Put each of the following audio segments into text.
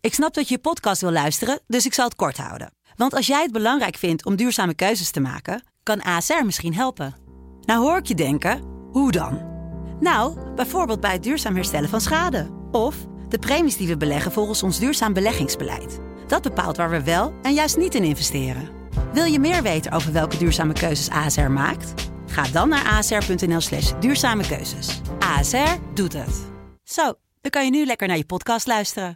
Ik snap dat je podcast wil luisteren, dus ik zal het kort houden. Want als jij het belangrijk vindt om duurzame keuzes te maken, kan ASR misschien helpen. Nou hoor ik je denken, hoe dan? Nou, bijvoorbeeld bij het duurzaam herstellen van schade. Of de premies die we beleggen volgens ons duurzaam beleggingsbeleid. Dat bepaalt waar we wel en juist niet in investeren. Wil je meer weten over welke duurzame keuzes ASR maakt? Ga dan naar asr.nl/duurzame keuzes. ASR doet het. Zo, dan kan je nu lekker naar je podcast luisteren.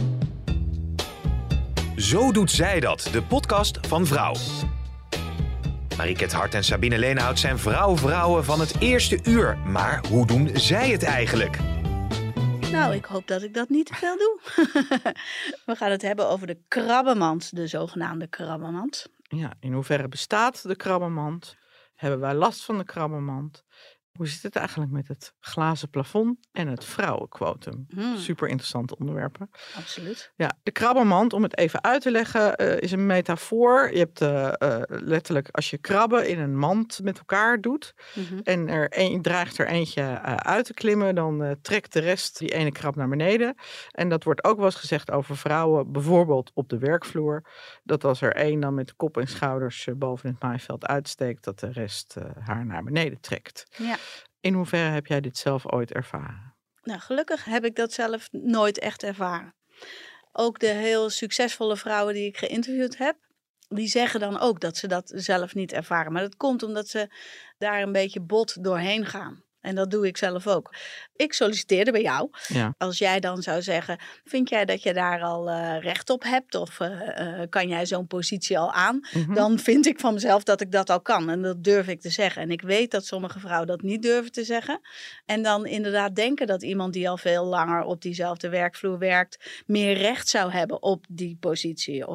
Zo doet zij dat, de podcast van Vrouw. Mariket Hart en Sabine Leenhout zijn vrouwen van het eerste uur. Maar hoe doen zij het eigenlijk? Nou, ik hoop dat ik dat niet te veel doe. We gaan het hebben over de krabbenmand, de zogenaamde krabbenmand. Ja, in hoeverre bestaat de krabbenmand? Hebben wij last van de krabbenmand? Hoe zit het eigenlijk met het glazen plafond en het vrouwenquotum? Super interessante onderwerpen. Absoluut. Ja, de krabbenmand, om het even uit te leggen, is een metafoor. Je hebt letterlijk, als je krabben in een mand met elkaar doet en dreigt er eentje uit te klimmen, dan trekt de rest die ene krab naar beneden. En dat wordt ook wel eens gezegd over vrouwen, bijvoorbeeld op de werkvloer, dat als er één dan met kop en schouders boven het maaiveld uitsteekt, dat de rest haar naar beneden trekt. Ja. In hoeverre heb jij dit zelf ooit ervaren? Nou, gelukkig heb ik dat zelf nooit echt ervaren. Ook de heel succesvolle vrouwen die ik geïnterviewd heb, die zeggen dan ook dat ze dat zelf niet ervaren. Maar dat komt omdat ze daar een beetje bot doorheen gaan. En dat doe ik zelf ook. Ik solliciteerde bij jou. Ja. Als jij dan zou zeggen, vind jij dat je daar al recht op hebt? Of kan jij zo'n positie al aan? Dan vind ik van mezelf dat ik dat al kan. En dat durf ik te zeggen. En ik weet dat sommige vrouwen dat niet durven te zeggen. En dan inderdaad denken dat iemand die al veel langer op diezelfde werkvloer werkt, meer recht zou hebben op die positie.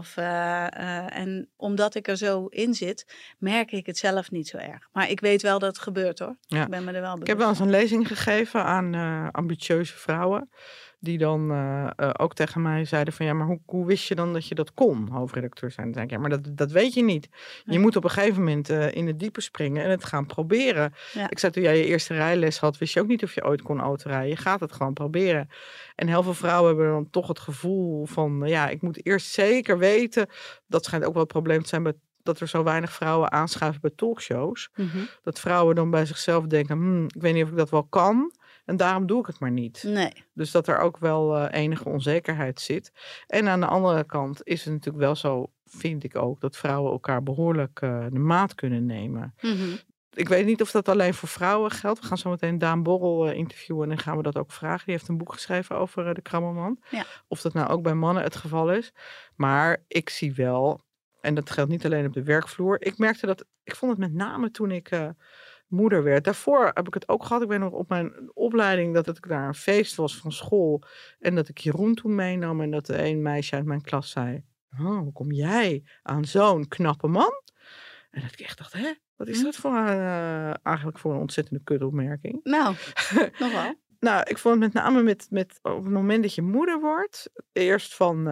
En omdat ik er zo in zit, merk ik het zelf niet zo erg. Maar ik weet wel dat het gebeurt, hoor. Ja. Ik ben me er wel bewust. Ik heb wel eens een lezing gegeven aan ambitieuze vrouwen. Die dan ook tegen mij zeiden van ja, maar hoe wist je dan dat je dat kon, hoofdredacteur zijn? Dan zei ik, ja, maar dat weet je niet. Je moet op een gegeven moment in het diepe springen en het gaan proberen. Ja. Ik zei, toen jij je eerste rijles had, wist je ook niet of je ooit kon autorijden. Je gaat het gewoon proberen. En heel veel vrouwen hebben dan toch het gevoel van ja, ik moet eerst zeker weten. Dat schijnt ook wel het probleem te zijn dat er zo weinig vrouwen aanschuiven bij talkshows. Dat vrouwen dan bij zichzelf denken, ik weet niet of ik dat wel kan. En daarom doe ik het maar niet. Nee. Dus dat er ook wel enige onzekerheid zit. En aan de andere kant is het natuurlijk wel zo, vind ik ook, dat vrouwen elkaar behoorlijk de maat kunnen nemen. Ik weet niet of dat alleen voor vrouwen geldt. We gaan zo meteen Daan Borrel interviewen en dan gaan we dat ook vragen. Die heeft een boek geschreven over de krabbenmand. Ja. Of dat nou ook bij mannen het geval is. Maar ik zie wel, en dat geldt niet alleen op de werkvloer. Ik merkte dat, ik vond het met name toen ik moeder werd. Daarvoor heb ik het ook gehad. Ik weet nog op mijn opleiding dat ik daar een feest was van school. En dat ik Jeroen toen meenam. En dat een meisje uit mijn klas zei, hoe kom jij aan zo'n knappe man? En dat ik echt dacht, wat is dat voor eigenlijk voor een ontzettende kutopmerking? Nou, nogal. Nou, ik vond het met name met op het moment dat je moeder wordt. Eerst van,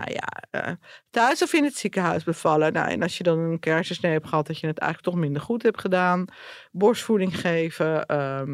thuis of in het ziekenhuis bevallen. Nou, en als je dan een keizersnee hebt gehad, dat je het eigenlijk toch minder goed hebt gedaan. Borstvoeding geven.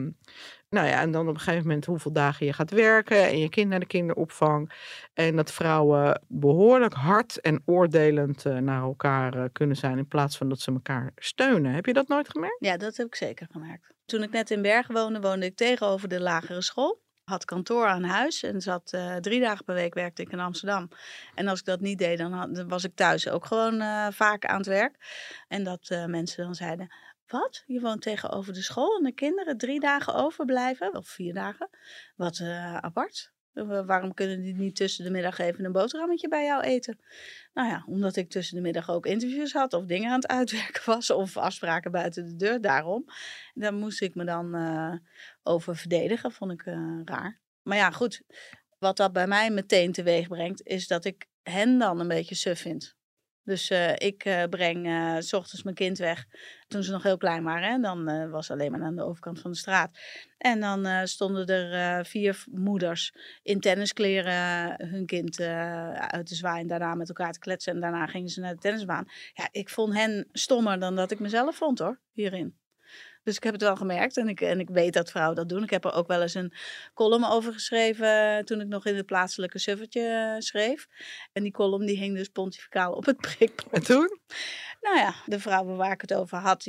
En dan op een gegeven moment hoeveel dagen je gaat werken. En je kind naar de kinderopvang. En dat vrouwen behoorlijk hard en oordelend naar elkaar kunnen zijn. In plaats van dat ze elkaar steunen. Heb je dat nooit gemerkt? Ja, dat heb ik zeker gemerkt. Toen ik net in Bergen woonde ik tegenover de lagere school. Had kantoor aan huis en zat 3 dagen per week werkte ik in Amsterdam. En als ik dat niet deed, dan was ik thuis ook gewoon vaak aan het werk. En dat mensen dan zeiden, wat? Je woont tegenover de school en de kinderen 3 dagen overblijven? Of 4 dagen? Wat apart. Waarom kunnen die niet tussen de middag even een boterhammetje bij jou eten? Nou ja, omdat ik tussen de middag ook interviews had of dingen aan het uitwerken was of afspraken buiten de deur, daarom. Daar moest ik me dan over verdedigen, vond ik raar. Maar ja, goed, wat dat bij mij meteen teweeg brengt, is dat ik hen dan een beetje suf vind. Dus ik breng 's ochtends mijn kind weg toen ze nog heel klein waren. Hè? Dan was ze alleen maar aan de overkant van de straat. En dan stonden er 4 moeders in tenniskleren hun kind uit te zwaaien. Daarna met elkaar te kletsen. En daarna gingen ze naar de tennisbaan. Ja, ik vond hen stommer dan dat ik mezelf vond, hoor, hierin. Dus ik heb het wel gemerkt en ik weet dat vrouwen dat doen. Ik heb er ook wel eens een column over geschreven toen ik nog in het plaatselijke suffertje schreef. En die column die hing dus pontificaal op het prikbord. En toen? Nou ja, de vrouwen waar ik het over had,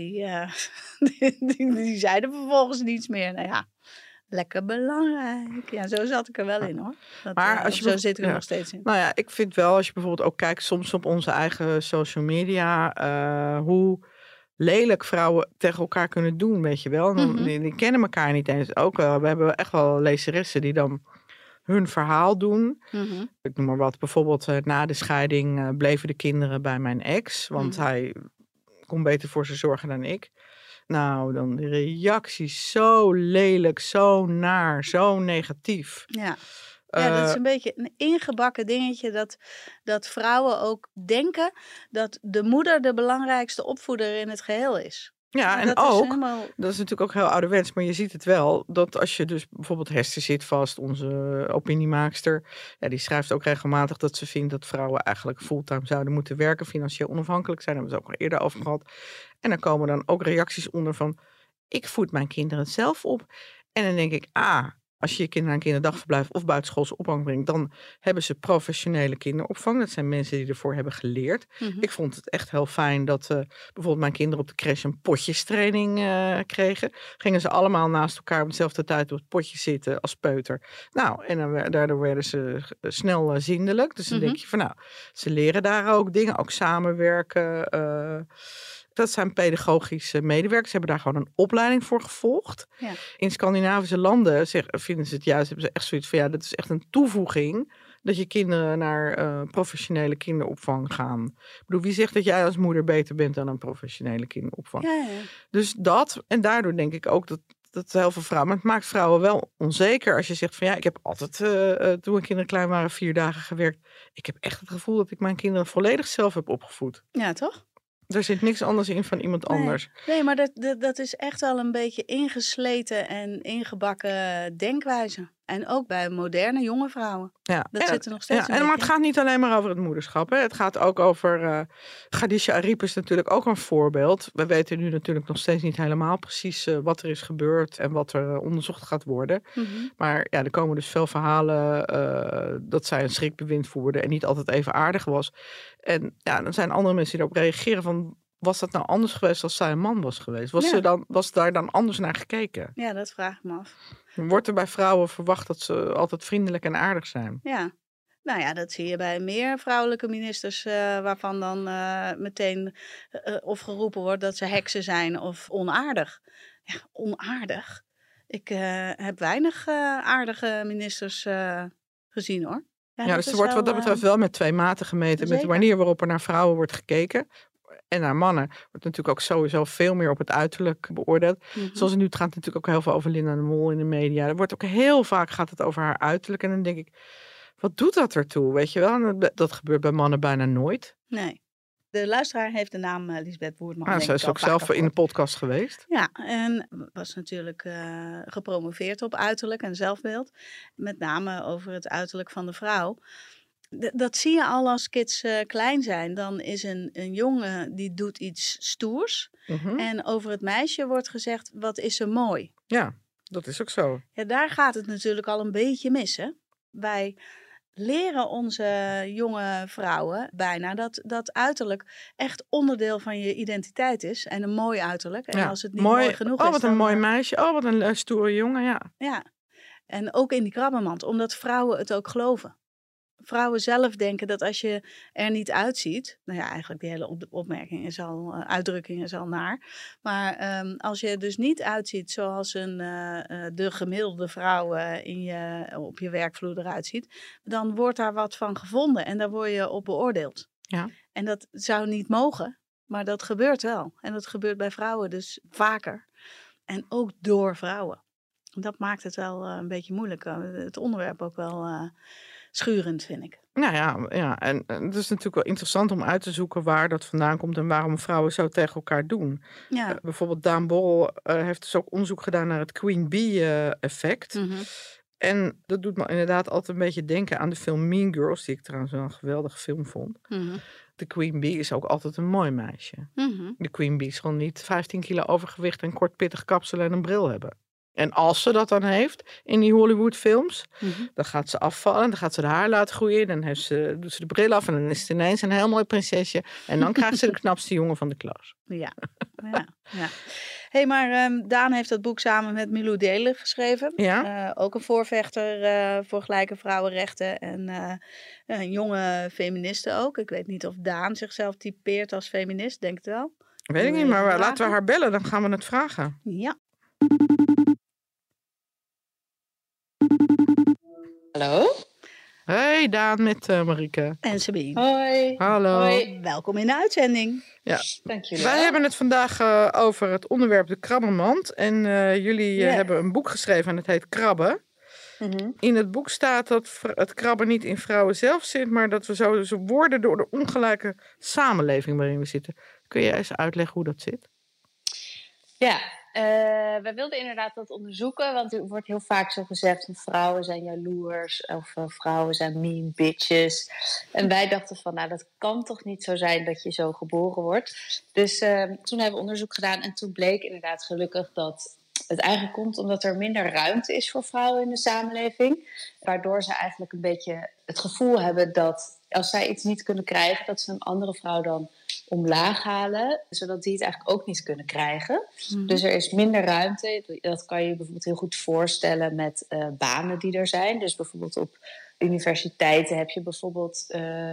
die zeiden vervolgens niets meer. Nou ja, lekker belangrijk. Ja, zo zat ik er wel in hoor. Maar als je zo zit ik er nog steeds in. Nou ja, ik vind wel, als je bijvoorbeeld ook kijkt soms op onze eigen social media, hoe lelijk vrouwen tegen elkaar kunnen doen, weet je wel. Die kennen elkaar niet eens. Ook, we hebben echt wel lezeressen die dan hun verhaal doen. Ik noem maar wat. Bijvoorbeeld na de scheiding bleven de kinderen bij mijn ex. Want hij kon beter voor ze zorgen dan ik. Nou, dan de reacties zo lelijk, zo naar, zo negatief. Ja. Ja, dat is een beetje een ingebakken dingetje dat vrouwen ook denken dat de moeder de belangrijkste opvoeder in het geheel is. Ja, en ook, dat is natuurlijk ook heel ouderwets, maar je ziet het wel, dat als je dus bijvoorbeeld Hester Zitvast, onze opiniemaakster, ja, die schrijft ook regelmatig dat ze vindt dat vrouwen eigenlijk fulltime zouden moeten werken, financieel onafhankelijk zijn, daar hebben we het ook al eerder over gehad. En dan komen dan ook reacties onder van, ik voed mijn kinderen zelf op. En dan denk ik, als je je kinderen naar een kinderdagverblijf of buitenschoolse opvang brengt, dan hebben ze professionele kinderopvang. Dat zijn mensen die ervoor hebben geleerd. Ik vond het echt heel fijn dat bijvoorbeeld mijn kinderen op de crash een potjestraining kregen. Gingen ze allemaal naast elkaar op dezelfde tijd op het potje zitten als peuter. Nou, en daardoor werden ze snel zindelijk. Dus dan denk je van nou, ze leren daar ook dingen, ook samenwerken. Dat zijn pedagogische medewerkers. Ze hebben daar gewoon een opleiding voor gevolgd. Ja. In Scandinavische landen vinden ze het juist, hebben ze echt zoiets van, ja, dat is echt een toevoeging dat je kinderen naar professionele kinderopvang gaan. Ik bedoel, wie zegt dat jij als moeder beter bent dan een professionele kinderopvang? Ja. Dus dat, en daardoor denk ik ook dat heel veel vrouwen, maar het maakt vrouwen wel onzeker als je zegt van ja, ik heb altijd toen mijn kinderen klein waren 4 dagen gewerkt. Ik heb echt het gevoel dat ik mijn kinderen volledig zelf heb opgevoed. Ja, toch? Er zit niks anders in van iemand anders. Nee, maar dat is echt wel een beetje ingesleten en ingebakken denkwijze. En ook bij moderne jonge vrouwen. Ja. Dat zit er nog steeds in. Maar het gaat niet alleen maar over het moederschap. Hè. Het gaat ook over... Khadija Arif is natuurlijk ook een voorbeeld. We weten nu natuurlijk nog steeds niet helemaal precies wat er is gebeurd en wat er onderzocht gaat worden. Maar ja, er komen dus veel verhalen dat zij een schrikbewind voerde en niet altijd even aardig was. En ja, dan zijn andere mensen die erop reageren van, was dat nou anders geweest als zij een man was geweest? Was daar dan anders naar gekeken? Ja, dat vraag ik me af. Wordt er bij vrouwen verwacht dat ze altijd vriendelijk en aardig zijn? Ja. Nou ja, dat zie je bij meer vrouwelijke ministers waarvan dan meteen of geroepen wordt dat ze heksen zijn of onaardig. Ja, onaardig? Ik heb weinig aardige ministers gezien hoor. Ja, dus er wordt wat dat betreft wel met 2 maten gemeten. Zeker. Met de manier waarop er naar vrouwen wordt gekeken. En naar mannen wordt natuurlijk ook sowieso veel meer op het uiterlijk beoordeeld. Zoals het nu, het gaat natuurlijk ook heel veel over Linda de Mol in de media. Er wordt ook heel vaak gaat het over haar uiterlijk. En dan denk ik, wat doet dat ertoe? Weet je wel, dat gebeurt bij mannen bijna nooit. Nee. De luisteraar heeft de naam Liesbeth Boerman. Zij is ook zelf in de podcast geweest. Ja, en was natuurlijk gepromoveerd op uiterlijk en zelfbeeld. Met name over het uiterlijk van de vrouw. Dat zie je al als kids klein zijn. Dan is een jongen die doet iets stoers. En over het meisje wordt gezegd, wat is ze mooi. Ja, dat is ook zo. Ja, daar gaat het natuurlijk al een beetje mis. Hè? Wij leren onze jonge vrouwen bijna dat uiterlijk echt onderdeel van je identiteit is. En een mooi uiterlijk. En als het niet mooi genoeg is. Oh, wat een mooi meisje. Oh, wat een stoere jongen, ja. Ja, en ook in die krabbenmand. Omdat vrouwen het ook geloven. Vrouwen zelf denken dat als je er niet uitziet, nou ja, eigenlijk die hele opmerking is al, uitdrukking is al naar. Maar als je er dus niet uitziet zoals de gemiddelde vrouw op je werkvloer eruit ziet, dan wordt daar wat van gevonden en daar word je op beoordeeld. Ja. En dat zou niet mogen, maar dat gebeurt wel. En dat gebeurt bij vrouwen dus vaker. En ook door vrouwen. Dat maakt het wel een beetje moeilijk. Het onderwerp ook wel schurend, vind ik. Nou ja, en het is natuurlijk wel interessant om uit te zoeken waar dat vandaan komt en waarom vrouwen zo tegen elkaar doen. Ja. Bijvoorbeeld Daan Borrell heeft dus ook onderzoek gedaan naar het Queen Bee effect. En dat doet me inderdaad altijd een beetje denken aan de film Mean Girls, die ik trouwens wel een geweldige film vond. de Queen Bee is ook altijd een mooi meisje. Mhm. De Queen Bee zal niet 15 kilo overgewicht en kort pittig kapsel en een bril hebben. En als ze dat dan heeft in die Hollywoodfilms, dan gaat ze afvallen, dan gaat ze de haar laten groeien, dan doet ze de bril af en dan is het ineens een heel mooi prinsesje. En dan krijgt ze de knapste jongen van de klas. Ja. Hey, maar Daan heeft dat boek samen met Milou Delen geschreven. Ja? Ook een voorvechter voor gelijke vrouwenrechten en een jonge feministe ook. Ik weet niet of Daan zichzelf typeert als feminist, denk het wel. Weet ik niet, maar laten we haar bellen, dan gaan we het vragen. Ja. Hallo? Hey Daan met Marieke. En Sabine. Hoi. Hallo. Hoi. Welkom in de uitzending. Ja. Dank jullie Wij wel. hebben het vandaag over het onderwerp de krabbenmand. En jullie hebben een boek geschreven en het heet Krabben. In het boek staat dat het krabben niet in vrouwen zelf zit, maar dat we zo worden door de ongelijke samenleving waarin we zitten. Kun je eens uitleggen hoe dat zit? Ja, wij wilden inderdaad dat onderzoeken, want er wordt heel vaak zo gezegd van vrouwen zijn jaloers of vrouwen zijn mean bitches. En wij dachten van, nou dat kan toch niet zo zijn dat je zo geboren wordt. Dus toen hebben we onderzoek gedaan en toen bleek inderdaad gelukkig dat het eigenlijk komt omdat er minder ruimte is voor vrouwen in de samenleving. Waardoor ze eigenlijk een beetje het gevoel hebben dat als zij iets niet kunnen krijgen, dat ze een andere vrouw dan omlaag halen, zodat die het eigenlijk ook niet kunnen krijgen. Dus er is minder ruimte. Dat kan je bijvoorbeeld heel goed voorstellen met banen die er zijn. Dus bijvoorbeeld op universiteiten heb je bijvoorbeeld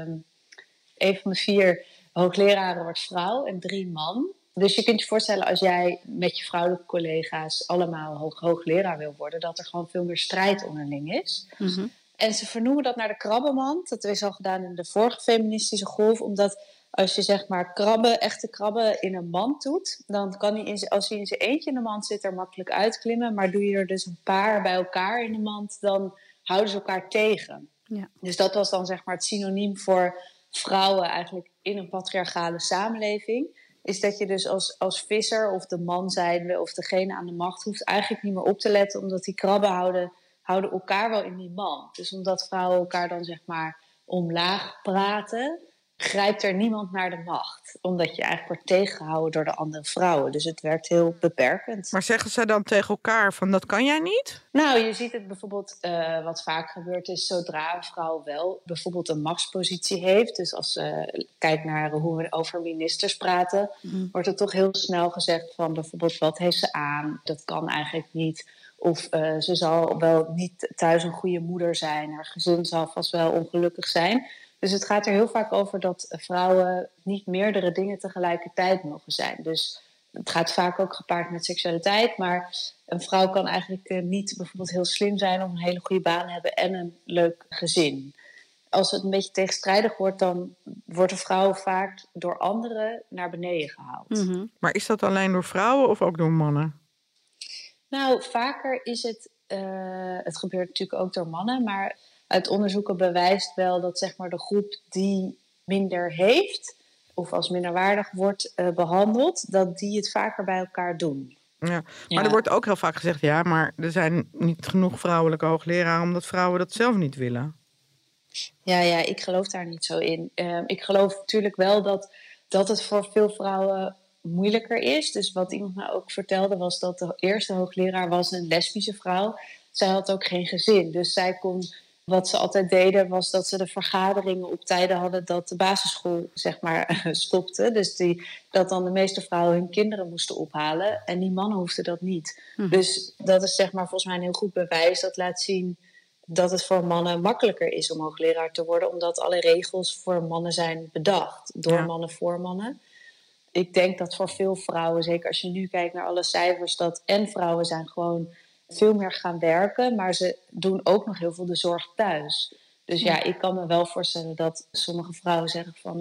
een van de 4 hoogleraren wordt vrouw en 3 man. Dus je kunt je voorstellen als jij met je vrouwelijke collega's allemaal hoogleraar wil worden, dat er gewoon veel meer strijd onderling is. En ze vernoemen dat naar de krabbenmand. Dat is al gedaan in de vorige feministische golf, omdat als je zeg maar echte krabben in een mand doet, dan kan hij als hij in zijn eentje in de mand zit er makkelijk uitklimmen. Maar doe je er dus een paar bij elkaar in de mand, dan houden ze elkaar tegen. Ja. Dus dat was dan zeg maar het synoniem voor vrouwen eigenlijk in een patriarchale samenleving. Is dat je dus als visser of de man zijnde of degene aan de macht hoeft eigenlijk niet meer op te letten, omdat die krabben houden elkaar wel in die mand. Dus omdat vrouwen elkaar dan zeg maar omlaag praten, grijpt er niemand naar de macht. Omdat je eigenlijk wordt tegengehouden door de andere vrouwen. Dus het werkt heel beperkend. Maar zeggen zij dan tegen elkaar van dat kan jij niet? Nou, je ziet het bijvoorbeeld, wat vaak gebeurt is, zodra een vrouw wel bijvoorbeeld een machtspositie heeft. Dus als je kijkt naar hoe we over ministers praten, wordt er toch heel snel gezegd van bijvoorbeeld wat heeft ze aan? Dat kan eigenlijk niet. Of ze zal wel niet thuis een goede moeder zijn. Haar gezin zal vast wel ongelukkig zijn. Dus het gaat er heel vaak over dat vrouwen niet meerdere dingen tegelijkertijd mogen zijn. Dus het gaat vaak ook gepaard met seksualiteit. Maar een vrouw kan eigenlijk niet bijvoorbeeld heel slim zijn of een hele goede baan hebben en een leuk gezin. Als het een beetje tegenstrijdig wordt, dan wordt de vrouw vaak door anderen naar beneden gehaald. Maar is dat alleen door vrouwen of ook door mannen? Nou, vaker is het... het gebeurt natuurlijk ook door mannen, maar uit onderzoeken bewijst wel dat zeg maar de groep die minder heeft of als minderwaardig wordt behandeld, dat die het vaker bij elkaar doen. Ja. Maar er wordt ook heel vaak gezegd, ja, maar er zijn niet genoeg vrouwelijke hoogleraren omdat vrouwen dat zelf niet willen. Ja, ik geloof daar niet zo in. Ik geloof natuurlijk wel dat het voor veel vrouwen moeilijker is. Dus wat iemand mij ook vertelde was dat de eerste hoogleraar was een lesbische vrouw. Zij had ook geen gezin, dus zij kon... Wat ze altijd deden was dat ze de vergaderingen op tijden hadden dat de basisschool zeg maar stopte. Dus dat dan de meeste vrouwen hun kinderen moesten ophalen en die mannen hoefden dat niet. Dus dat is zeg maar volgens mij een heel goed bewijs. Dat laat zien dat het voor mannen makkelijker is om hoogleraar te worden, omdat alle regels voor mannen zijn bedacht. Door mannen voor mannen. Ik denk dat voor veel vrouwen, zeker als je nu kijkt naar alle cijfers, dat en vrouwen zijn gewoon veel meer gaan werken, maar ze doen ook nog heel veel de zorg thuis. Dus ik kan me wel voorstellen dat sommige vrouwen zeggen van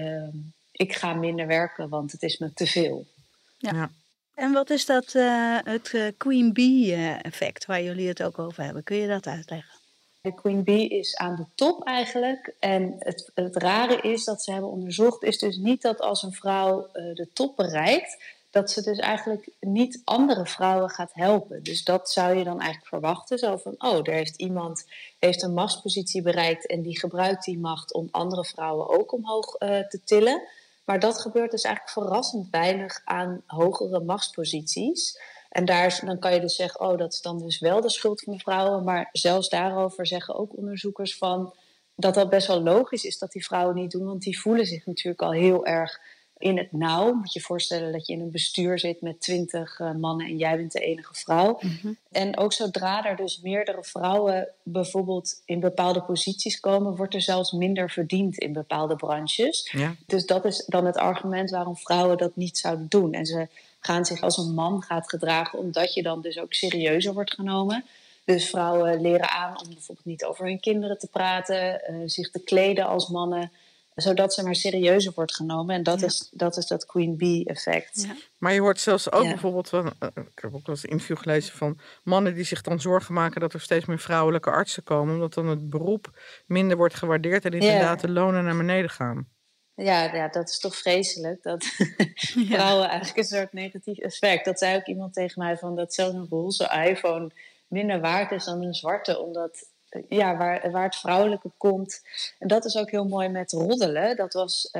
ik ga minder werken, want het is me te veel. Ja. En wat is dat het Queen Bee effect waar jullie het ook over hebben? Kun je dat uitleggen? De Queen Bee is aan de top eigenlijk. En het rare is dat ze hebben onderzocht, is dus niet dat als een vrouw de top bereikt, dat ze dus eigenlijk niet andere vrouwen gaat helpen. Dus dat zou je dan eigenlijk verwachten. Zo van, er heeft iemand heeft een machtspositie bereikt en die gebruikt die macht om andere vrouwen ook omhoog te tillen. Maar dat gebeurt dus eigenlijk verrassend weinig aan hogere machtsposities. En dan kan je dus zeggen, dat is dan dus wel de schuld van de vrouwen. Maar zelfs daarover zeggen ook onderzoekers van dat best wel logisch is dat die vrouwen niet doen. Want die voelen zich natuurlijk al heel erg in het nauw. Moet je voorstellen dat je in een bestuur zit met 20 mannen en jij bent de enige vrouw. Mm-hmm. En ook zodra er dus meerdere vrouwen bijvoorbeeld in bepaalde posities komen, wordt er zelfs minder verdiend in bepaalde branches. Ja. Dus dat is dan het argument waarom vrouwen dat niet zouden doen. En ze gaan zich als een man gaat gedragen, omdat je dan dus ook serieuzer wordt genomen. Dus vrouwen leren aan om bijvoorbeeld niet over hun kinderen te praten, zich te kleden als mannen, zodat ze maar serieuzer wordt genomen. En dat is dat Queen Bee effect. Ja. Maar je hoort zelfs ook bijvoorbeeld van, ik heb ook wel eens een interview gelezen van mannen die zich dan zorgen maken dat er steeds meer vrouwelijke artsen komen, omdat dan het beroep minder wordt gewaardeerd en inderdaad de lonen naar beneden gaan. Ja, dat is toch vreselijk. Dat vrouwen eigenlijk een soort negatief effect. Dat zei ook iemand tegen mij van dat zelfs een roze iPhone minder waard is dan een zwarte. Omdat waar het vrouwelijke komt. En dat is ook heel mooi met roddelen. Dat was,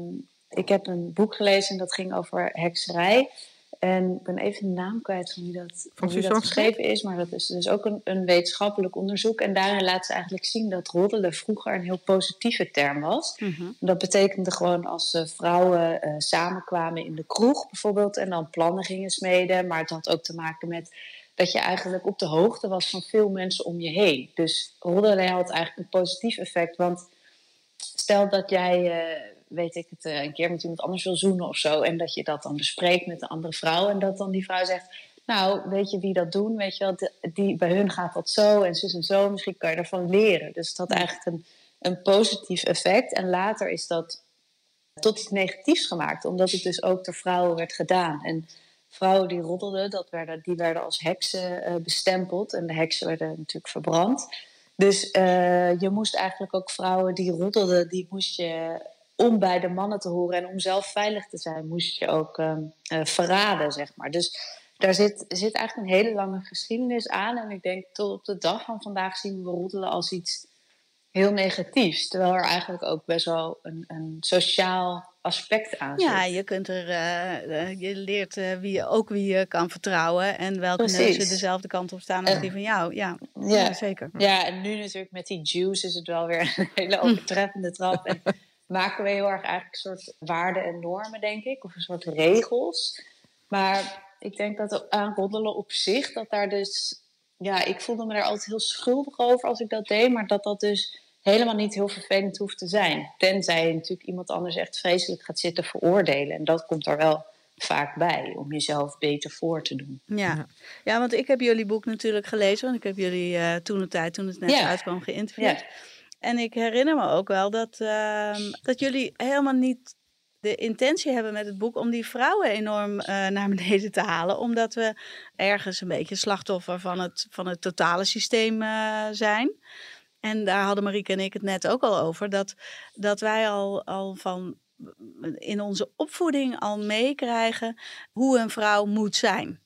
ik heb een boek gelezen en dat ging over hekserij. En ik ben even de naam kwijt van wie dat geschreven is. Maar dat is dus ook een wetenschappelijk onderzoek. En daarin laat ze eigenlijk zien dat roddelen vroeger een heel positieve term was. Mm-hmm. Dat betekende gewoon als vrouwen samenkwamen in de kroeg bijvoorbeeld. En dan plannen gingen smeden. Maar het had ook te maken met dat je eigenlijk op de hoogte was van veel mensen om je heen. Dus roddelen had eigenlijk een positief effect. Want stel dat jij een keer met iemand anders wil zoenen of zo. En dat je dat dan bespreekt met een andere vrouw. En dat dan die vrouw zegt, nou, weet je wie dat doen? Weet je wel, bij hun gaat dat zo en zus en zo. Misschien kan je ervan leren. Dus het had eigenlijk een positief effect. En later is dat tot iets negatiefs gemaakt. Omdat het dus ook door vrouwen werd gedaan. En vrouwen die roddelden, die werden als heksen bestempeld. En de heksen werden natuurlijk verbrand. Dus je moest eigenlijk ook vrouwen die roddelden, die moest je, om bij de mannen te horen en om zelf veilig te zijn, moest je ook verraden, zeg maar. Dus daar zit eigenlijk een hele lange geschiedenis aan. En ik denk tot op de dag van vandaag zien we roddelen als iets heel negatiefs. Terwijl er eigenlijk ook best wel een sociaal aspect aan zit. Ja, je kunt je leert wie je kan vertrouwen en welke neuzen dezelfde kant op staan als die van jou. Ja, zeker. Ja, en nu natuurlijk met die Jews is het wel weer een hele overtreffende trap. En maken we heel erg eigenlijk een soort waarden en normen, denk ik. Of een soort regels. Maar ik denk dat aan roddelen op zich, dat daar dus, ik voelde me daar altijd heel schuldig over als ik dat deed. Maar dat dus helemaal niet heel vervelend hoeft te zijn. Tenzij je natuurlijk iemand anders echt vreselijk gaat zitten veroordelen. En dat komt er wel vaak bij, om jezelf beter voor te doen. Ja, want ik heb jullie boek natuurlijk gelezen. Want ik heb jullie toen het net uitkwam, geïnterviewd. Ja. En ik herinner me ook wel dat jullie helemaal niet de intentie hebben met het boek om die vrouwen enorm naar beneden te halen. Omdat we ergens een beetje slachtoffer van het totale systeem zijn. En daar hadden Marieke en ik het net ook al over. Dat wij al van in onze opvoeding al meekrijgen hoe een vrouw moet zijn.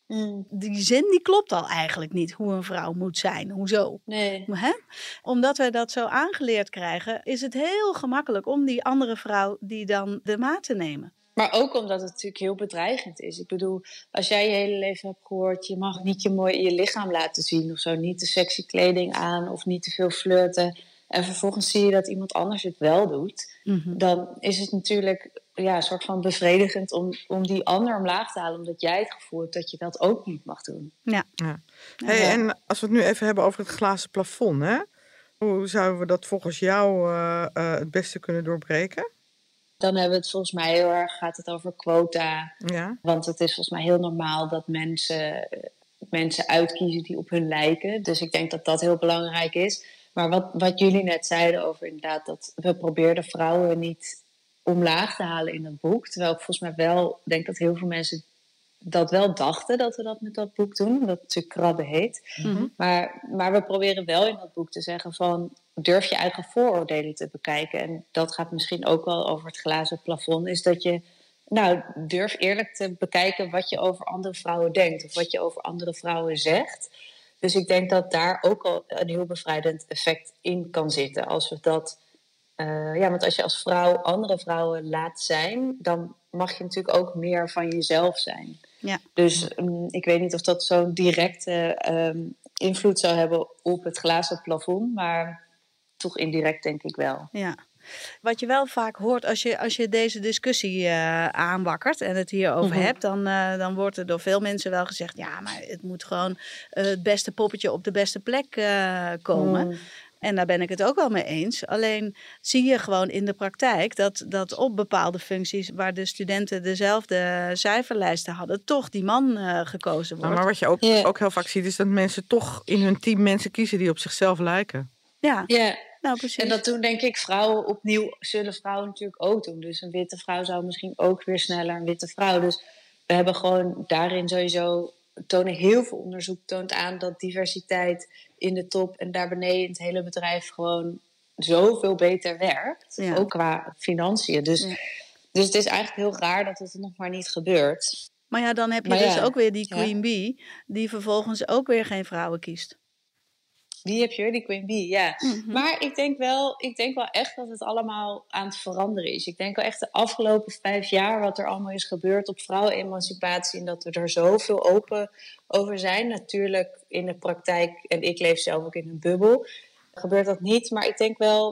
Die zin die klopt al eigenlijk niet, hoe een vrouw moet zijn. Hoezo? Nee. Omdat wij dat zo aangeleerd krijgen, is het heel gemakkelijk om die andere vrouw die dan de maat te nemen. Maar ook omdat het natuurlijk heel bedreigend is. Ik bedoel, als jij je hele leven hebt gehoord, je mag niet je lichaam laten zien of zo. Niet te sexy kleding aan of niet te veel flirten. En vervolgens zie je dat iemand anders het wel doet. Mm-hmm. Dan is het natuurlijk een soort van bevredigend om die ander omlaag te halen. Omdat jij het gevoel hebt dat je dat ook niet mag doen. Ja. Hey, en als we het nu even hebben over het glazen plafond, hè? Hoe zouden we dat volgens jou het beste kunnen doorbreken? Dan hebben we het volgens mij heel erg, gaat het over quota. Ja. Want het is volgens mij heel normaal dat mensen uitkiezen die op hun lijken. Dus ik denk dat dat heel belangrijk is. Maar wat jullie net zeiden over inderdaad dat we probeerden vrouwen niet omlaag te halen in het boek. Terwijl ik volgens mij wel denk dat heel veel mensen dat wel dachten dat we dat met dat boek doen. Dat het natuurlijk Krabbe heet. Mm-hmm. Maar we proberen wel in dat boek te zeggen van durf je eigen vooroordelen te bekijken. En dat gaat misschien ook wel over het glazen plafond. Is dat je Nou, durf eerlijk te bekijken wat je over andere vrouwen denkt. Of wat je over andere vrouwen zegt. Dus ik denk dat daar ook al een heel bevrijdend effect in kan zitten. Als we dat... want als je als vrouw andere vrouwen laat zijn, dan mag je natuurlijk ook meer van jezelf zijn. Ja. Dus ik weet niet of dat zo'n directe invloed zou hebben op het glazen plafond, maar toch indirect denk ik wel. Ja. Wat je wel vaak hoort als je deze discussie aanwakkert en het hierover hebt, dan wordt er door veel mensen wel gezegd, ja, maar het moet gewoon het beste poppetje op de beste plek komen. En daar ben ik het ook wel mee eens. Alleen zie je gewoon in de praktijk dat op bepaalde functies waar de studenten dezelfde cijferlijsten hadden, toch die man gekozen wordt. Maar wat je ook heel vaak ziet, is dat mensen toch in hun team mensen kiezen die op zichzelf lijken. Ja. Ja. Nou, precies. En dat doen denk ik vrouwen opnieuw, zullen vrouwen natuurlijk ook doen. Dus een witte vrouw zou misschien ook weer sneller een witte vrouw. Dus we hebben gewoon daarin sowieso, heel veel onderzoek toont aan dat diversiteit in de top en daar beneden in het hele bedrijf gewoon zoveel beter werkt. Ja. Ook qua financiën. Dus het is eigenlijk heel raar dat het nog maar niet gebeurt. Maar ja, dan heb je dus ook weer die Queen Bee, die vervolgens ook weer geen vrouwen kiest. Die heb je, die Queen Bee, ja. Maar ik denk wel echt dat het allemaal aan het veranderen is. Ik denk wel echt de afgelopen 5 jaar wat er allemaal is gebeurd op vrouwenemancipatie en dat we er zoveel open over zijn. Natuurlijk in de praktijk, en ik leef zelf ook in een bubbel, gebeurt dat niet. Maar ik denk wel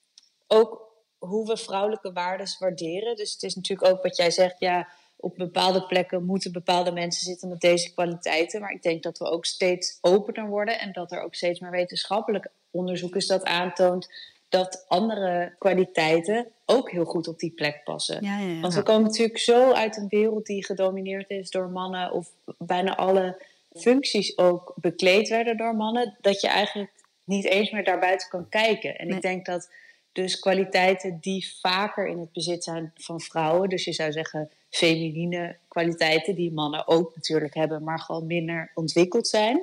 ook hoe we vrouwelijke waardes waarderen. Dus het is natuurlijk ook wat jij zegt, ja, op bepaalde plekken moeten bepaalde mensen zitten met deze kwaliteiten. Maar ik denk dat we ook steeds opener worden en dat er ook steeds meer wetenschappelijk onderzoek is dat aantoont dat andere kwaliteiten ook heel goed op die plek passen. Ja. Want we komen natuurlijk zo uit een wereld die gedomineerd is door mannen, of bijna alle functies ook bekleed werden door mannen, dat je eigenlijk niet eens meer daarbuiten kan kijken. En ik denk dat dus kwaliteiten die vaker in het bezit zijn van vrouwen, dus je zou zeggen feminine kwaliteiten die mannen ook natuurlijk hebben, maar gewoon minder ontwikkeld zijn,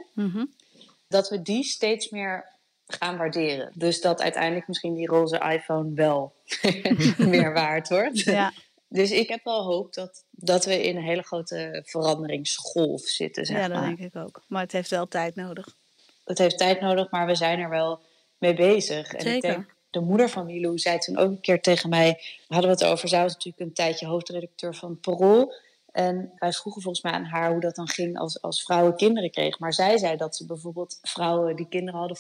dat we die steeds meer gaan waarderen. Dus dat uiteindelijk misschien die roze iPhone wel meer waard wordt. Ja. Dus ik heb wel hoop dat we in een hele grote veranderingsgolf zitten, zeg maar. Ja, dat denk ik ook. Maar het heeft wel tijd nodig. Het heeft tijd nodig, maar we zijn er wel mee bezig. Zeker. En ik denk, de moeder van Milou zei toen ook een keer tegen mij, hadden we het over, zij was natuurlijk een tijdje hoofdredacteur van Parool. En wij vroegen volgens mij aan haar hoe dat dan ging als vrouwen kinderen kregen. Maar zij zei dat ze bijvoorbeeld vrouwen die kinderen hadden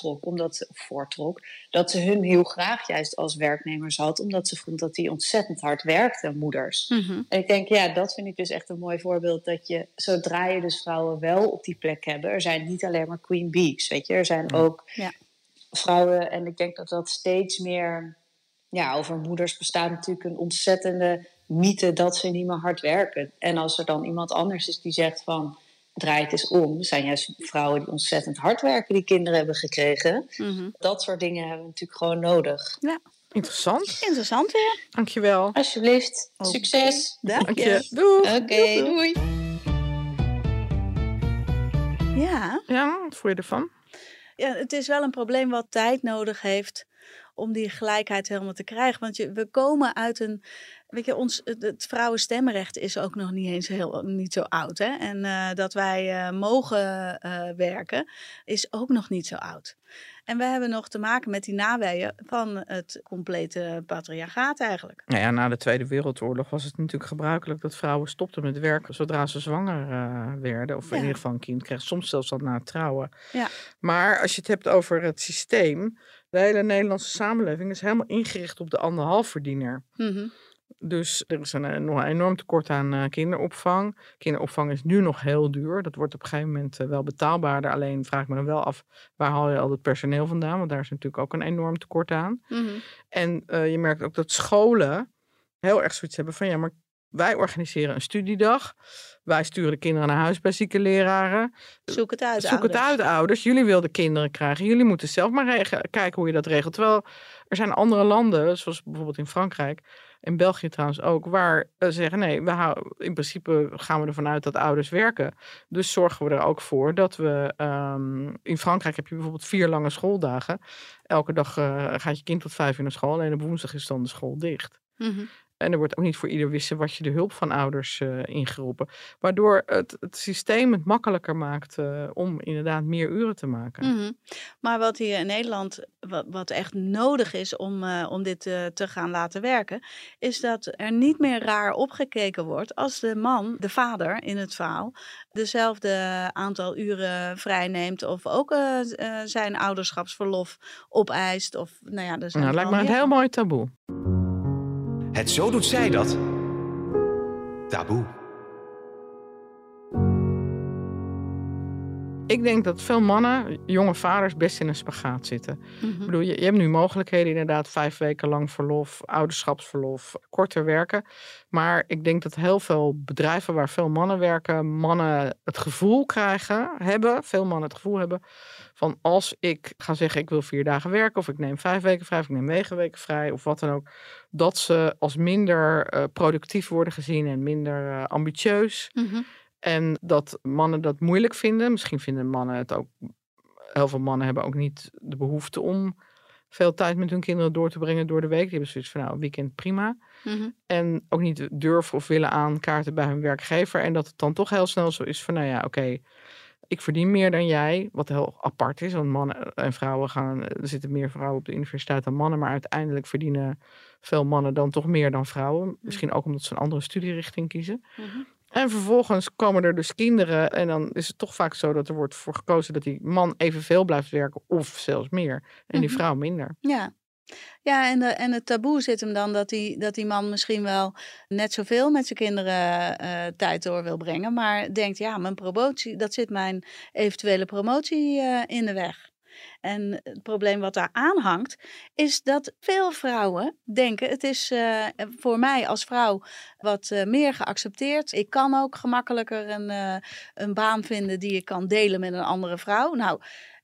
voortrok. Dat ze hun heel graag juist als werknemers had. Omdat ze vond dat die ontzettend hard werkten, moeders. En ik denk, ja, dat vind ik dus echt een mooi voorbeeld. Dat je, zodra je dus vrouwen wel op die plek hebben. Er zijn niet alleen maar queen bees, weet je. Er zijn ook vrouwen. En ik denk dat dat steeds meer, over moeders bestaat natuurlijk een ontzettende mythe dat ze niet meer hard werken. En als er dan iemand anders is die zegt van, draai het eens om. Er zijn juist vrouwen die ontzettend hard werken, die kinderen hebben gekregen. Dat soort dingen hebben we natuurlijk gewoon nodig. Ja. Interessant weer. Dankjewel. Alsjeblieft. Succes. Dank je. Doei. Oké, doei. Ja. Ja, wat vond je ervan? Ja, het is wel een probleem wat tijd nodig heeft om die gelijkheid helemaal te krijgen. Want we komen uit een... Weet je, het vrouwenstemrecht is ook nog niet eens niet zo oud. Hè? En dat wij mogen werken is ook nog niet zo oud. En we hebben nog te maken met die naweeën van het complete patriarchaat eigenlijk. Nou ja, na de Tweede Wereldoorlog was het natuurlijk gebruikelijk dat vrouwen stopten met werken zodra ze zwanger werden. Of in ieder geval een kind kregen. Soms zelfs al na het trouwen. Ja. Maar als je het hebt over het systeem, de hele Nederlandse samenleving is helemaal ingericht op de anderhalfverdiener. Dus er is nog een enorm tekort aan kinderopvang. Kinderopvang is nu nog heel duur. Dat wordt op een gegeven moment wel betaalbaarder. Alleen vraag ik me dan wel af, waar haal je al dat personeel vandaan? Want daar is natuurlijk ook een enorm tekort aan. En je merkt ook dat scholen heel erg zoiets hebben van, ja, maar wij organiseren een studiedag. Wij sturen de kinderen naar huis bij zieke leraren. Zoek het uit, ouders. Jullie wilden kinderen krijgen. Jullie moeten zelf maar kijken hoe je dat regelt. Terwijl er zijn andere landen, zoals bijvoorbeeld in Frankrijk, in België trouwens ook, waar ze zeggen, nee, in principe gaan we ervan uit dat ouders werken. Dus zorgen we er ook voor dat we, in Frankrijk heb je bijvoorbeeld 4 lange schooldagen. Elke dag gaat je kind tot 5 uur naar school. En op woensdag is dan de school dicht. En er wordt ook niet voor ieder wisselwasje de hulp van ouders ingeroepen. Waardoor het systeem het makkelijker maakt om inderdaad meer uren te maken. Mm-hmm. Maar wat hier in Nederland, wat echt nodig is om dit te gaan laten werken, is dat er niet meer raar opgekeken wordt als de man, de vader in het verhaal, dezelfde aantal uren vrijneemt of ook zijn ouderschapsverlof opeist. Of, dat lijkt me een heel mooi taboe. Het Zo Doet Zij Dat. Taboe. Ik denk dat veel mannen, jonge vaders, best in een spagaat zitten. Mm-hmm. Ik bedoel, je hebt nu mogelijkheden inderdaad 5 weken lang verlof, ouderschapsverlof, korter werken. Maar ik denk dat heel veel bedrijven waar veel mannen werken, mannen het gevoel veel mannen het gevoel hebben van als ik ga zeggen ik wil 4 dagen werken of ik neem 5 weken vrij of ik neem 9 weken vrij of wat dan ook. Dat ze als minder productief worden gezien en minder ambitieus. Mm-hmm. En dat mannen dat moeilijk vinden. Misschien vinden mannen het ook. Heel veel mannen hebben ook niet de behoefte om veel tijd met hun kinderen door te brengen door de week. Die hebben zoiets van weekend prima. Mm-hmm. En ook niet durven of willen aankaarten bij hun werkgever. En dat het dan toch heel snel zo is van oké, ik verdien meer dan jij. Wat heel apart is, want mannen en vrouwen er zitten meer vrouwen op de universiteit dan mannen. Maar uiteindelijk verdienen veel mannen dan toch meer dan vrouwen. Misschien ook omdat ze een andere studierichting kiezen. Mm-hmm. En vervolgens komen er dus kinderen. En dan is het toch vaak zo dat er wordt voor gekozen dat die man evenveel blijft werken. Of zelfs meer. En die vrouw minder. Ja. Ja, en het taboe zit hem dan dat die man misschien wel net zoveel met zijn kinderen tijd door wil brengen. Maar denkt, mijn promotie, dat zit mijn eventuele promotie in de weg. En het probleem wat daar aan hangt, is dat veel vrouwen denken, het is voor mij als vrouw wat meer geaccepteerd. Ik kan ook gemakkelijker een baan vinden die ik kan delen met een andere vrouw. Nou,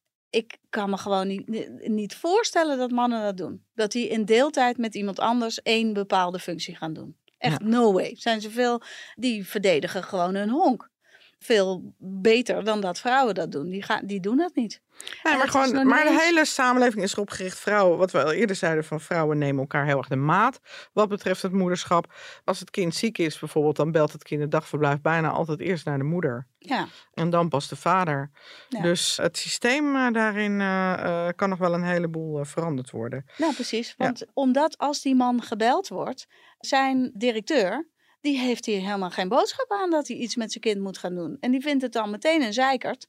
ik kan me gewoon niet voorstellen dat mannen dat doen. Dat die in deeltijd met iemand anders 1 bepaalde functie gaan doen. Echt no way. Zijn zoveel, die verdedigen gewoon hun honk. Veel beter dan dat vrouwen dat doen. Die doen dat niet. Ja, maar de hele samenleving is erop gericht. Vrouwen, wat we al eerder zeiden, van vrouwen nemen elkaar heel erg de maat. Wat betreft het moederschap. Als het kind ziek is bijvoorbeeld, dan belt het kinderdagverblijf bijna altijd eerst naar de moeder. Ja. En dan pas de vader. Ja. Dus het systeem daarin kan nog wel een heleboel veranderd worden. Nou, precies. Want omdat als die man gebeld wordt, zijn directeur, die heeft hier helemaal geen boodschap aan dat hij iets met zijn kind moet gaan doen. En die vindt het dan meteen een zeikert.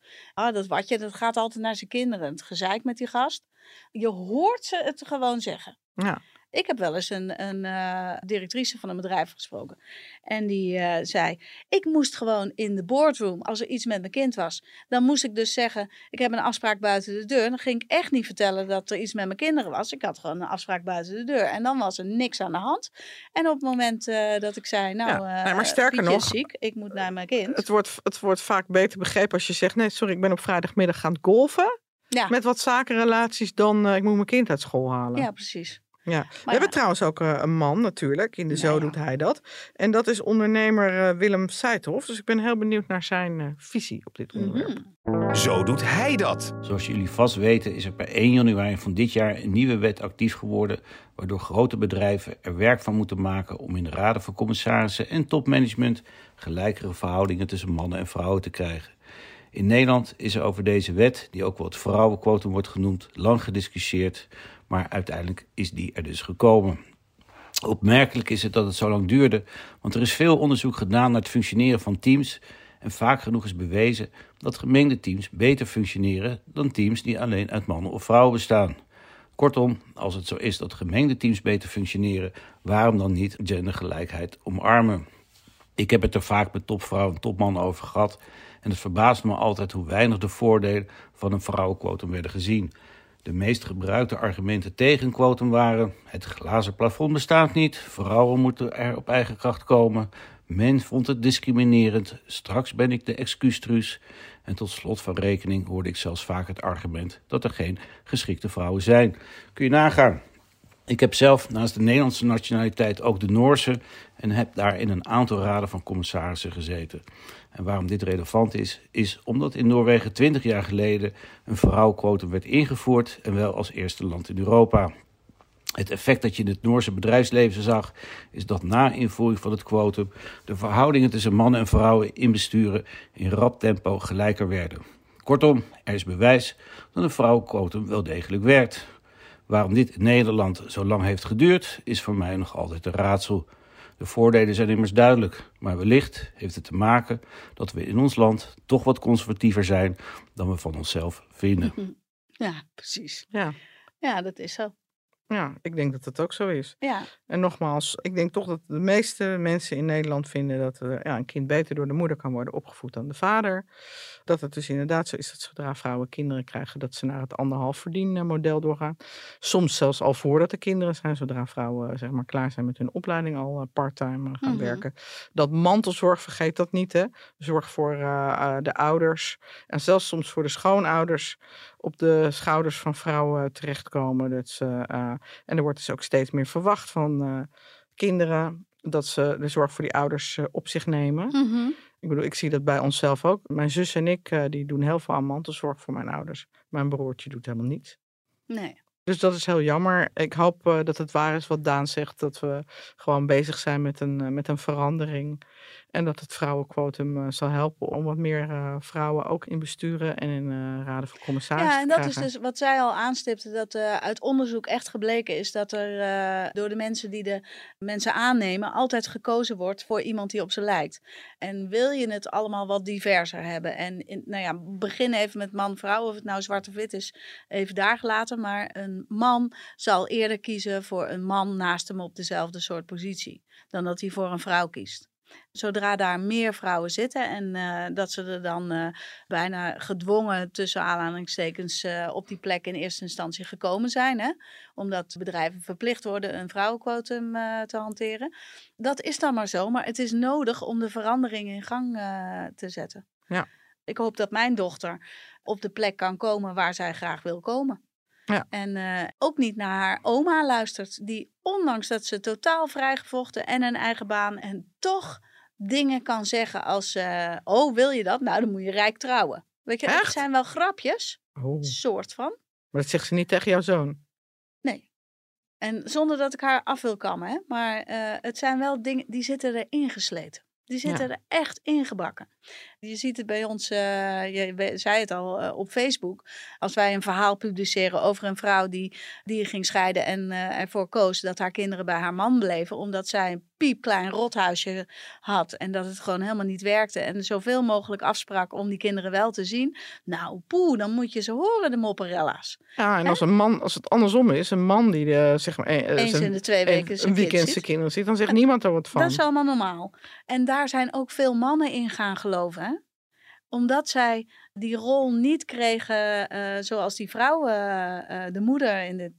Dat gaat altijd naar zijn kinderen. Het gezeik met die gast. Je hoort ze het gewoon zeggen. Ja. Ik heb wel eens een directrice van een bedrijf gesproken. En die zei, ik moest gewoon in de boardroom, als er iets met mijn kind was, dan moest ik dus zeggen, ik heb een afspraak buiten de deur. Dan ging ik echt niet vertellen dat er iets met mijn kinderen was. Ik had gewoon een afspraak buiten de deur. En dan was er niks aan de hand. En op het moment dat ik zei, maar sterker nog, is ziek, ik moet naar mijn kind. Het wordt vaak beter begrepen als je zegt, nee, sorry, ik ben op vrijdagmiddag gaan golfen. Ja. Met wat zakenrelaties dan, ik moet mijn kind uit school halen. Ja, precies. Ja. We hebben trouwens ook een man natuurlijk. In de Zo Doet Hij Dat. En dat is ondernemer Willem Seithof. Dus ik ben heel benieuwd naar zijn visie op dit onderwerp. Zo doet hij dat. Zoals jullie vast weten is er per 1 januari van dit jaar een nieuwe wet actief geworden, waardoor grote bedrijven er werk van moeten maken om in de raden van commissarissen en topmanagement gelijkere verhoudingen tussen mannen en vrouwen te krijgen. In Nederland is er over deze wet, die ook wel het vrouwenquotum wordt genoemd, lang gediscussieerd, maar uiteindelijk is die er dus gekomen. Opmerkelijk is het dat het zo lang duurde, want er is veel onderzoek gedaan naar het functioneren van teams en vaak genoeg is bewezen dat gemengde teams beter functioneren dan teams die alleen uit mannen of vrouwen bestaan. Kortom, als het zo is dat gemengde teams beter functioneren, waarom dan niet gendergelijkheid omarmen? Ik heb het er vaak met topvrouwen en topmannen over gehad en het verbaast me altijd hoe weinig de voordelen van een vrouwenquotum werden gezien. De meest gebruikte argumenten tegen een quotum waren: het glazen plafond bestaat niet, vrouwen moeten er op eigen kracht komen, men vond het discriminerend, straks ben ik de excuustruus. En tot slot van rekening hoorde ik zelfs vaak het argument dat er geen geschikte vrouwen zijn. Kun je nagaan. Ik heb zelf naast de Nederlandse nationaliteit ook de Noorse en heb daar in een aantal raden van commissarissen gezeten. En waarom dit relevant is omdat in Noorwegen 20 jaar geleden een vrouwenquotum werd ingevoerd en wel als eerste land in Europa. Het effect dat je in het Noorse bedrijfsleven zag, is dat na invoering van het quotum de verhoudingen tussen mannen en vrouwen in besturen in rap tempo gelijker werden. Kortom, er is bewijs dat een vrouwenquotum wel degelijk werkt. Waarom dit in Nederland zo lang heeft geduurd, is voor mij nog altijd een raadsel. De voordelen zijn immers duidelijk, maar wellicht heeft het te maken dat we in ons land toch wat conservatiever zijn dan we van onszelf vinden. Ja, precies. Ja. Ja, dat is zo. Ja, ik denk dat dat ook zo is. Ja. En nogmaals, ik denk toch dat de meeste mensen in Nederland vinden dat een kind beter door de moeder kan worden opgevoed dan de vader. Dat het dus inderdaad zo is dat zodra vrouwen kinderen krijgen, dat ze naar het 1,5 verdienmodel doorgaan. Soms zelfs al voordat de kinderen zijn, zodra vrouwen zeg maar klaar zijn met hun opleiding, al parttime gaan werken. Dat mantelzorg, vergeet dat niet, hè. Zorg voor de ouders en zelfs soms voor de schoonouders op de schouders van vrouwen terechtkomen. Dat ze, en er wordt dus ook steeds meer verwacht van kinderen dat ze de zorg voor die ouders op zich nemen. Ik bedoel, ik zie dat bij onszelf ook. Mijn zus en ik die doen heel veel aan mantelzorg voor mijn ouders. Mijn broertje doet helemaal niets. Nee. Dus dat is heel jammer. Ik hoop dat het waar is wat Daan zegt. Dat we gewoon bezig zijn met een verandering. En dat het vrouwenquotum zal helpen om wat meer vrouwen ook in besturen en in raden van commissarissen Ja, en te dat krijgen. is dus wat zij al aanstipte, dat uit onderzoek echt gebleken is dat er door de mensen die de mensen aannemen altijd gekozen wordt voor iemand die op ze lijkt. En wil je het allemaal wat diverser hebben? En begin even met man-vrouw, of het nou zwart of wit is, even daar gelaten. Maar een man zal eerder kiezen voor een man naast hem op dezelfde soort positie, dan dat hij voor een vrouw kiest. Zodra daar meer vrouwen zitten en dat ze er dan bijna gedwongen tussen aanhalingstekens op die plek in eerste instantie gekomen zijn. Hè? Omdat bedrijven verplicht worden een vrouwenquotum te hanteren. Dat is dan maar zo, maar het is nodig om de verandering in gang te zetten. Ja. Ik hoop dat mijn dochter op de plek kan komen waar zij graag wil komen. Ja. En ook niet naar haar oma luistert, die ondanks dat ze totaal vrijgevochten en een eigen baan en toch dingen kan zeggen als, oh wil je dat? Nou dan moet je rijk trouwen. Weet je, Echt? het zijn wel grapjes, Oh. soort van. Maar dat zegt ze niet tegen jouw zoon. Nee. En zonder dat ik haar af wil kammen, hè? Maar het zijn wel dingen die zitten erin gesleten. Die zitten er echt ingebakken. Je ziet het bij ons, je zei het al, op Facebook. Als wij een verhaal publiceren over een vrouw die ging scheiden en ervoor koos dat haar kinderen bij haar man bleven. Omdat zij een piepklein rothuisje had en dat het gewoon helemaal niet werkte. En zoveel mogelijk afsprak om die kinderen wel te zien. Nou, dan moet je ze horen, de mopperella's. Ja, en als het andersom is, een man die zeg maar Eens in de 2 weken een weekend zijn kinderen ziet, dan zegt niemand er wat van. Dat is allemaal normaal. En daar zijn ook veel mannen in gaan geloven. Hè? Omdat zij die rol niet kregen zoals die vrouw, de moeder in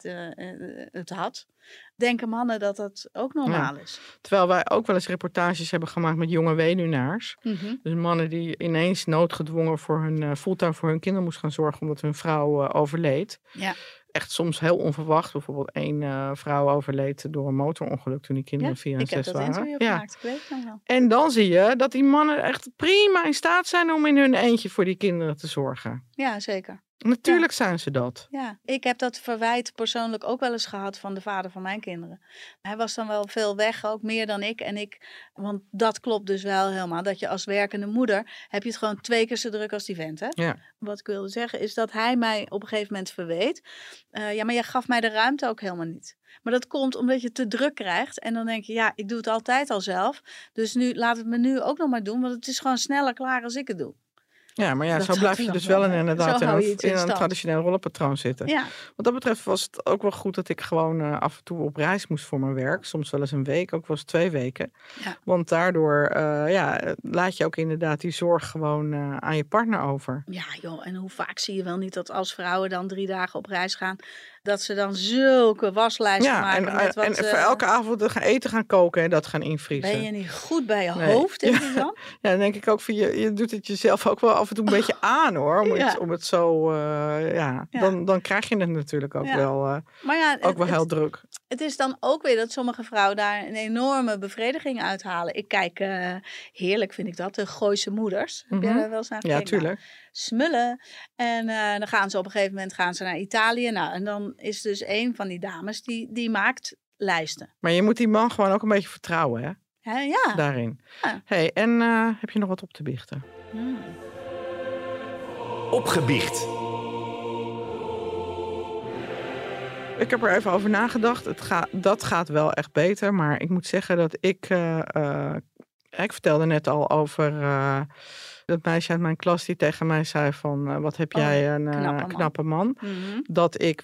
het had. Denken mannen dat dat ook normaal is. Terwijl wij ook wel eens reportages hebben gemaakt met jonge weduwnaars. Dus mannen die ineens noodgedwongen fulltime voor hun kinderen moesten gaan zorgen omdat hun vrouw overleed. Ja. Echt soms heel onverwacht. Bijvoorbeeld 1 vrouw overleed door een motorongeluk toen die kinderen 4 en 6 waren. Ik heb dat interview gemaakt, ik weet het nog wel. En dan zie je dat die mannen echt prima in staat zijn om in hun eentje voor die kinderen te zorgen. Ja, zeker. Natuurlijk zijn ze dat. Ja, ik heb dat verwijt persoonlijk ook wel eens gehad van de vader van mijn kinderen. Hij was dan wel veel weg, ook meer dan ik. Want dat klopt dus wel helemaal, dat je als werkende moeder, heb je het gewoon 2 keer zo druk als die vent, hè? Ja. Wat ik wilde zeggen is dat hij mij op een gegeven moment verweet. Ja, maar jij gaf mij de ruimte ook helemaal niet. Maar dat komt omdat je te druk krijgt. En dan denk je, ja, ik doe het altijd al zelf. Dus laat het me nu ook nog maar doen, want het is gewoon sneller klaar als ik het doe. Ja, maar ja, Dat zo gaat blijf er je nog dus wel wel, hè? inderdaad Zo hou je het in in een stand. traditioneel rollenpatroon zitten. Ja. Wat dat betreft was het ook wel goed dat ik gewoon af en toe op reis moest voor mijn werk. Soms wel eens een week, ook wel eens 2 weken. Ja. Want daardoor laat je ook inderdaad die zorg gewoon aan je partner over. Ja, joh, en hoe vaak zie je wel niet dat als vrouwen dan 3 dagen op reis gaan, dat ze dan zulke waslijsten maken met wat... En voor elke avond gaan eten gaan koken en dat gaan invriezen. Ben je niet goed bij je hoofd, denk je dan? Ja, dan denk ik ook van je doet het jezelf ook wel af en toe een beetje aan hoor. Om het zo, dan krijg je het natuurlijk ook wel, maar ja, ook wel heel druk. Het is dan ook weer dat sommige vrouwen daar een enorme bevrediging uithalen. Ik kijk, heerlijk vind ik dat, de Gooise Moeders. Heb jij daar wel eens naar gekeken? Ja, tuurlijk. smullen. En dan gaan ze op een gegeven moment naar Italië. Nou, en dan is dus een van die dames die maakt lijsten. Maar je moet die man gewoon ook een beetje vertrouwen, hè? Ja. Daarin. Ja. Hey, en heb je nog wat op te biechten? Opgebiecht. Ik heb er even over nagedacht. Dat gaat wel echt beter. Maar ik moet zeggen dat ik vertelde net al over dat meisje uit mijn klas die tegen mij zei van... wat heb jij een knappe man. Mm-hmm. Dat ik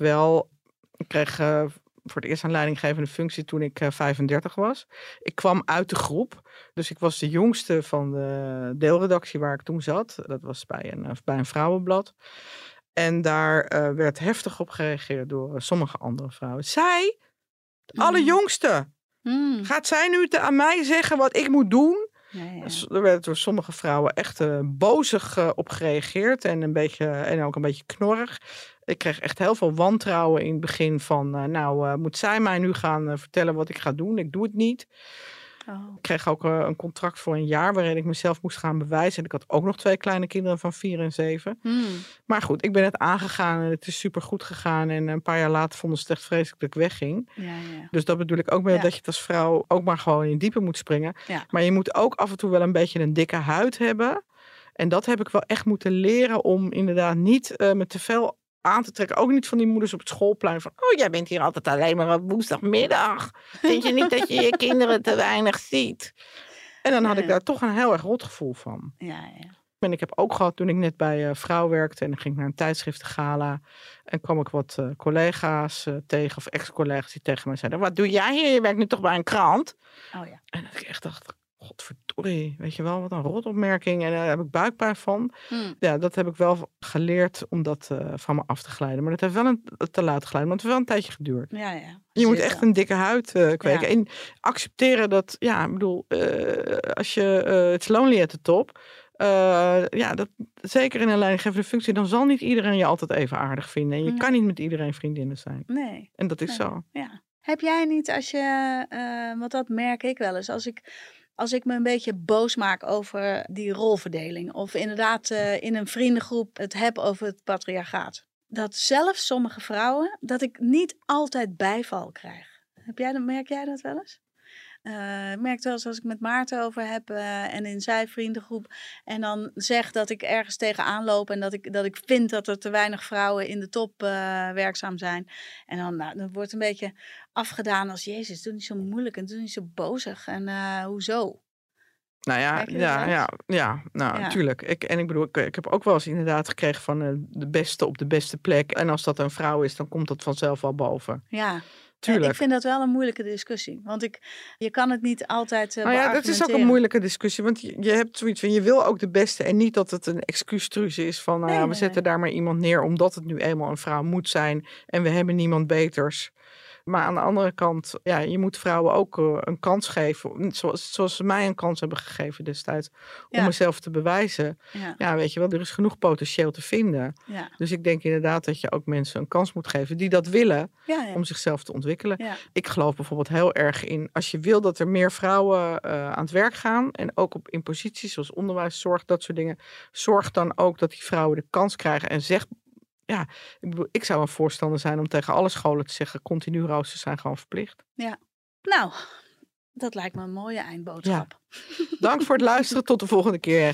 kreeg voor het eerst een leidinggevende functie toen ik 35 was. Ik kwam uit de groep. Dus ik was de jongste van de deelredactie waar ik toen zat. Dat was bij een vrouwenblad. En daar werd heftig op gereageerd door sommige andere vrouwen. Zij, de allerjongste, gaat zij nu aan mij zeggen wat ik moet doen? Ja. Er werd door sommige vrouwen echt bozig op gereageerd en ook een beetje knorrig. Ik kreeg echt heel veel wantrouwen in het begin van... moet zij mij nu gaan vertellen wat ik ga doen? Ik doe het niet. Oh. Ik kreeg ook een contract voor een jaar waarin ik mezelf moest gaan bewijzen. En ik had ook nog 2 kleine kinderen van 4 en 7. Maar goed, ik ben het aangegaan en het is supergoed gegaan. En een paar jaar later vonden ze het echt vreselijk dat ik wegging. Ja. Dus dat bedoel ik ook mee dat je het als vrouw ook maar gewoon in diepe moet springen. Ja. Maar je moet ook af en toe wel een beetje een dikke huid hebben. En dat heb ik wel echt moeten leren om inderdaad niet met te veel aan te trekken. Ook niet van die moeders op het schoolplein van... oh, jij bent hier altijd alleen maar op woensdagmiddag. Vind je niet dat je je kinderen te weinig ziet? En dan had ik daar toch een heel erg rot gevoel van. Ja. En ik heb ook gehad toen ik net bij Vrouw werkte... en dan ging ik naar een tijdschriftengala... en kwam ik wat collega's tegen... of ex-collega's die tegen mij zeiden... wat doe jij hier? Je werkt nu toch bij een krant? Oh ja. En dat ik echt dacht... godverdorie, weet je wel, wat een rotopmerking. En daar heb ik buikpijn van. Ja, dat heb ik wel geleerd om dat van me af te glijden. Maar dat heeft wel te laten glijden, want het heeft wel een tijdje geduurd. Ja. Je moet echt een dikke huid kweken. Ja. En accepteren dat, ik bedoel, als je it's lonely at the top... dat, zeker in een leidinggevende functie, dan zal niet iedereen je altijd even aardig vinden. En je kan niet met iedereen vriendinnen zijn. Nee. En dat is zo. Ja. Heb jij niet als je, want dat merk ik wel eens, als ik me een beetje boos maak over die rolverdeling. Of inderdaad in een vriendengroep het heb over het patriarchaat. Dat zelfs sommige vrouwen, dat ik niet altijd bijval krijg. Merk jij dat wel eens? Ik merk wel eens als ik met Maarten over heb en in zijn vriendengroep. En dan zeg dat ik ergens tegenaan loop en dat ik vind dat er te weinig vrouwen in de top werkzaam zijn. En dan wordt een beetje afgedaan als Jezus, doe niet zo moeilijk en doe niet zo bozig. En hoezo? Nou ja, natuurlijk. Ik bedoel, ik heb ook wel eens inderdaad gekregen van de beste op de beste plek. En als dat een vrouw is, dan komt dat vanzelf wel boven. Ja. Tuurlijk. Ik vind dat wel een moeilijke discussie. Want je kan het niet altijd dat is ook een moeilijke discussie. Want je hebt zoiets van, je wil ook de beste. En niet dat het een excuustruus is van, we zetten daar maar iemand neer. Omdat het nu eenmaal een vrouw moet zijn. En we hebben niemand beters. Maar aan de andere kant, je moet vrouwen ook een kans geven. Zoals ze mij een kans hebben gegeven destijds. Om mezelf te bewijzen. Ja, weet je wel, er is genoeg potentieel te vinden. Ja. Dus ik denk inderdaad dat je ook mensen een kans moet geven die dat willen. Om zichzelf te ontwikkelen. Ja. Ik geloof bijvoorbeeld heel erg in, als je wil dat er meer vrouwen aan het werk gaan. En ook in posities zoals onderwijs, zorg, dat soort dingen. Zorg dan ook dat die vrouwen de kans krijgen en zeg... Ja, ik bedoel, ik zou een voorstander zijn om tegen alle scholen te zeggen... continu roosters zijn gewoon verplicht. Ja, nou, dat lijkt me een mooie eindboodschap. Ja. Dank voor het luisteren. Tot de volgende keer.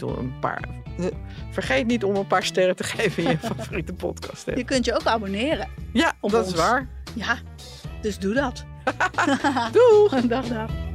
Vergeet niet om een paar sterren te geven in je favoriete podcast. Je kunt je ook abonneren. Ja, dat is waar. Ja, dus doe dat. Doeg! Dag.